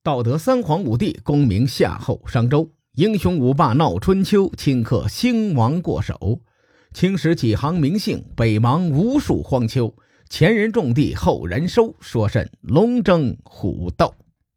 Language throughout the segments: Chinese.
道德三皇五帝，功名夏后商周，英雄五霸闹春秋，顷刻兴亡过手。青史几行名姓，北邙无数荒丘。前人种地，后人收，说甚龙争虎斗。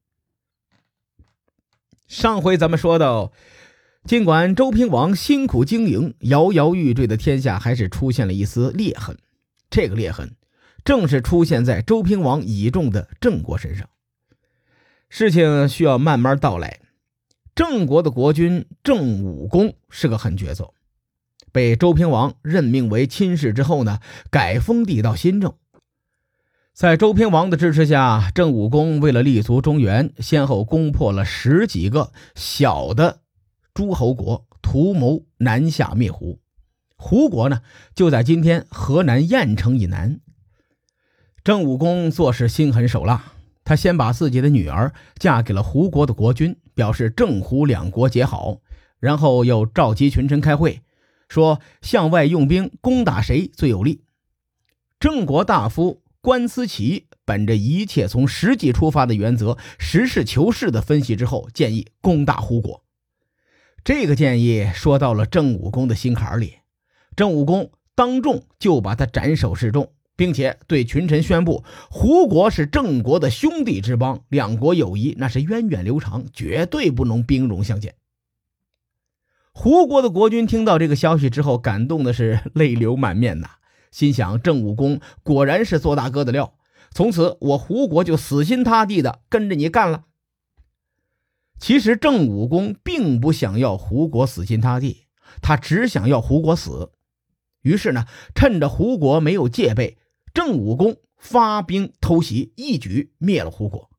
上回咱们说到，尽管周平王辛苦经营，摇摇欲坠的天下还是出现了一丝裂痕。这个裂痕正是出现在周平王倚重的郑国身上。事情需要慢慢道来。郑国的国君郑武公是个狠角色，被周平王任命为亲事之后呢，改封地到新郑。在周平王的支持下，郑武公为了立足中原，先后攻破了10几个小的诸侯国，图谋南下灭胡。胡国呢，就在今天河南郾城以南。郑武公做事心狠手辣，他先把自己的女儿嫁给了胡国的国君，表示郑胡两国结好，然后又召集群臣开会，说向外用兵攻打谁最有利。郑国大夫关思齐本着一切从实际出发的原则，实事求是的分析之后，建议攻打胡国。这个建议说到了郑武公的心坎里，郑武公当众就把他斩首示众，并且对群臣宣布，胡国是郑国的兄弟之邦，两国友谊那是源远流长，绝对不能兵戎相见。胡国的国君听到这个消息之后，感动的是泪流满面呐，心想郑武公果然是做大哥的料，从此我胡国就死心塌地的跟着你干了。其实郑武公并不想要胡国死心塌地，他只想要胡国死。于是呢，趁着胡国没有戒备，郑武公发兵偷袭，一举灭了胡国。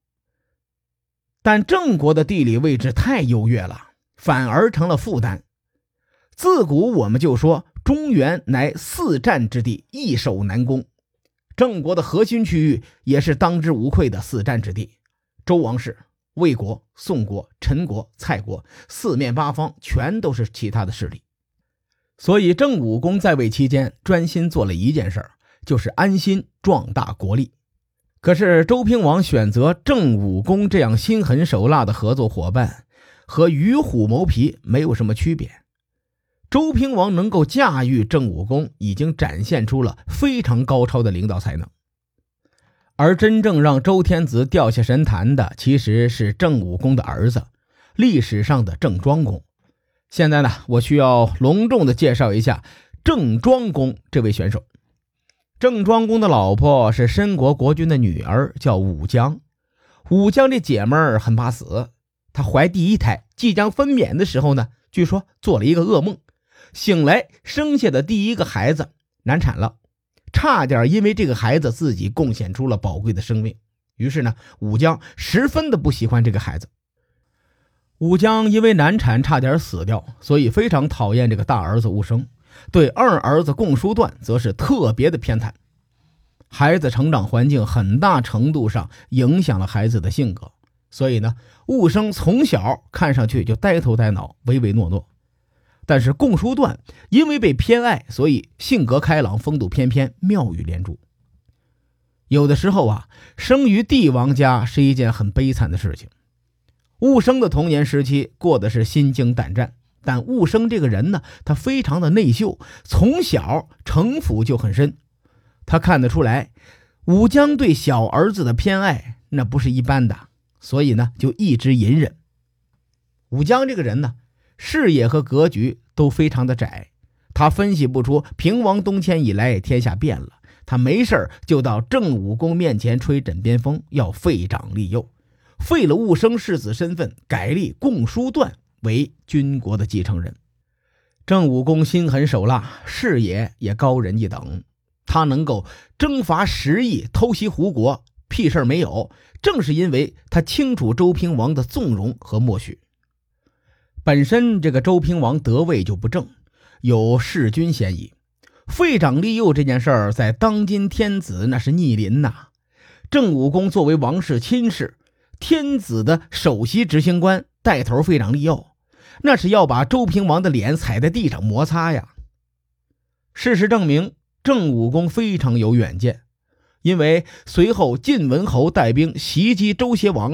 但郑国的地理位置太优越了，反而成了负担。自古我们就说中原乃四战之地，易守难攻。郑国的核心区域也是当之无愧的四战之地，周王室、魏国、宋国、陈国、蔡国，四面八方全都是其他的势力。所以郑武公在位期间专心做了一件事，就是安心壮大国力。可是周平王选择郑武公这样心狠手辣的合作伙伴，和与虎谋皮没有什么区别。周平王能够驾驭郑武公，已经展现出了非常高超的领导才能。而真正让周天子掉下神坛的，其实是郑武公的儿子，历史上的郑庄公。现在呢，我需要隆重的介绍一下郑庄公这位选手。郑庄公的老婆是申国国君的女儿，叫武姜。武姜这姐们儿很怕死，她怀第一胎即将分娩的时候呢，据说做了一个噩梦，醒来生下的第一个孩子难产了，差点因为这个孩子自己贡献出了宝贵的生命。于是呢，武姜十分的不喜欢这个孩子。武姜因为难产差点死掉，所以非常讨厌这个大儿子武生，对二儿子共叔段则是特别的偏袒。孩子成长环境很大程度上影响了孩子的性格，所以呢，武生从小看上去就呆头呆脑，唯唯诺诺。但是共叔段因为被偏爱，所以性格开朗，风度翩翩，妙语连珠。有的时候啊，生于帝王家是一件很悲惨的事情。武生的童年时期过的是心惊胆战，但武生这个人呢，他非常的内秀，从小城府就很深。他看得出来武姜对小儿子的偏爱那不是一般的，所以呢就一直隐忍。武姜这个人呢，视野和格局都非常的窄，他分析不出平王东迁以来天下变了，他没事就到郑武公面前吹枕边风，要废长立幼，废了武生世子身份，改立共叔段为军国的继承人。郑武公心狠手辣，视野也高人一等，他能够征伐10邑，偷袭胡国，屁事没有，正是因为他清楚周平王的纵容和默许。本身这个周平王得位就不正，有弑君嫌疑，废长立幼这件事儿在当今天子那是逆鳞呐。郑武公作为王室亲事，天子的首席执行官，带头废长立幼，那是要把周平王的脸踩在地上摩擦呀。事实证明，郑武公非常有远见，因为随后晋文侯带兵袭击周协王后，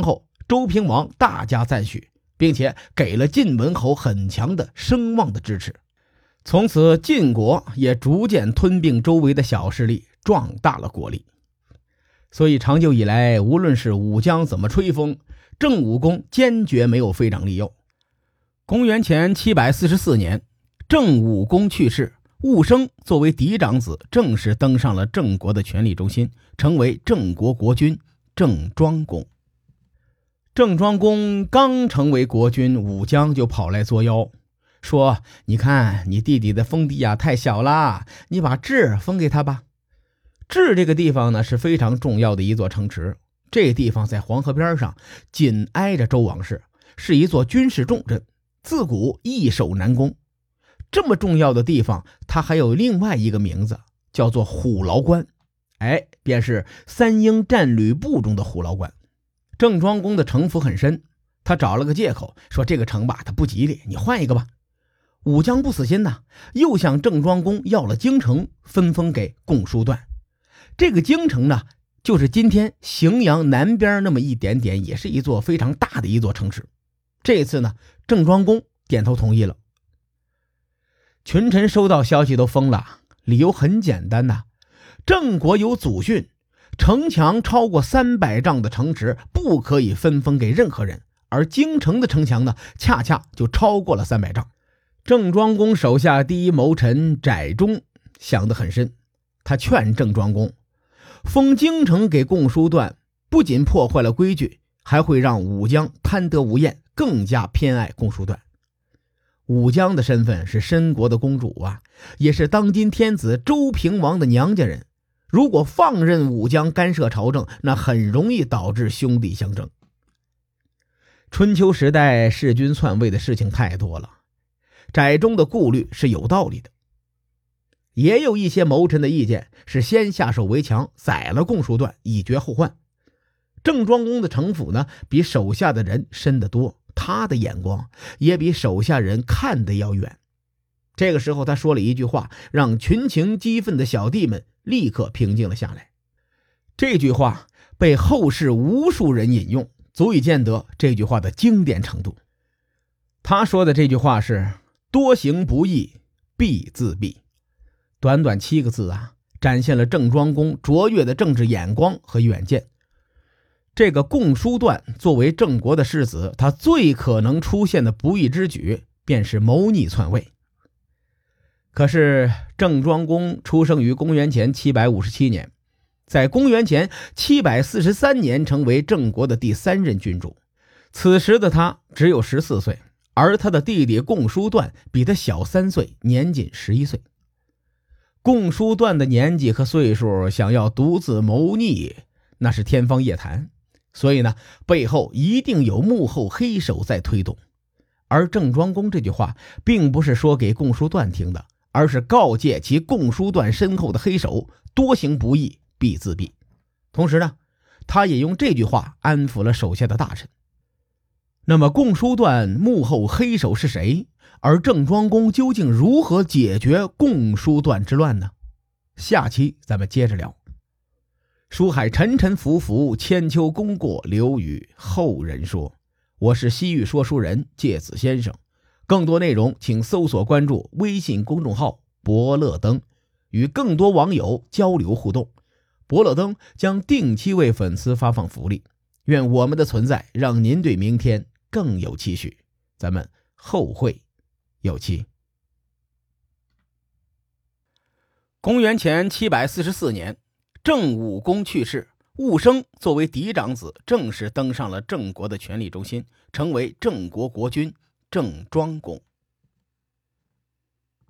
周平王大加赞许，并且给了晋文侯很强的声望的支持。从此晋国也逐渐吞并周围的小势力，壮大了国力。所以长久以来，无论是武将怎么吹风，郑武公坚决没有废长立幼。公元前744年，郑武公去世，寤生作为嫡长子正式登上了郑国的权力中心，成为郑国国君郑庄公。郑庄公刚成为国君，武将就跑来作妖，说你看你弟弟的封地太小了，你把治封给他吧。治这个地方呢是非常重要的一座城池，这地方在黄河边上，紧挨着周王室，是一座军事重镇，自古易守难攻。这么重要的地方，它还有另外一个名字，叫做虎牢关，便是三英战吕布中的虎牢关。郑庄公的城府很深，他找了个借口说这个城吧它不吉利，你换一个吧。武将不死心呐，又向郑庄公要了京城，分封给共叔段。这个京城呢，就是今天荥阳南边那么一点点，也是一座非常大的一座城池。这次呢，郑庄公点头同意了。群臣收到消息都疯了，理由很简单呐，郑国有祖训，城墙超过300丈的城池不可以分封给任何人，而京城的城墙呢，恰恰就超过了300丈。郑庄公手下第一谋臣翟中想得很深，他劝郑庄公封京城给共叔段，不仅破坏了规矩，还会让武将贪得无厌，更加偏爱共叔段。武将的身份是申国的公主也是当今天子周平王的娘家人，如果放任武将干涉朝政，那很容易导致兄弟相争。春秋时代弑君篡位的事情太多了，翟中的顾虑是有道理的。也有一些谋臣的意见是先下手为强，宰了共叔段，以绝后患。郑庄公的城府呢，比手下的人深得多，他的眼光也比手下人看得要远。这个时候他说了一句话，让群情激愤的小弟们立刻平静了下来。这句话被后世无数人引用，足以见得这句话的经典程度。他说的这句话是多行不义必自毙。短短7个字展现了郑庄公卓越的政治眼光和远见。这个共叔段作为郑国的世子，他最可能出现的不义之举便是谋逆篡位。可是郑庄公出生于公元前757年，在公元前743年成为郑国的第3任君主。此时的他只有14岁，而他的弟弟共叔段比他小3岁，年仅11岁。共叔段的年纪和岁数，想要独自谋逆，那是天方夜谭。所以呢，背后一定有幕后黑手在推动。而郑庄公这句话并不是说给共叔段听的，而是告诫其共叔段身后的黑手，多行不义必自毙。同时呢，他也用这句话安抚了手下的大臣。那么共叔段幕后黑手是谁？而郑庄公究竟如何解决共叔段之乱呢？下期咱们接着聊。书海沉沉浮浮，千秋功过留与后人说。我是西域说书人介子先生，更多内容请搜索关注微信公众号伯乐灯，与更多网友交流互动。伯乐灯将定期为粉丝发放福利，愿我们的存在让您对明天更有期许。咱们后会有期。公元前744年，郑武公去世，寤生作为嫡长子正式登上了郑国的权力中心，成为郑国国君郑庄公。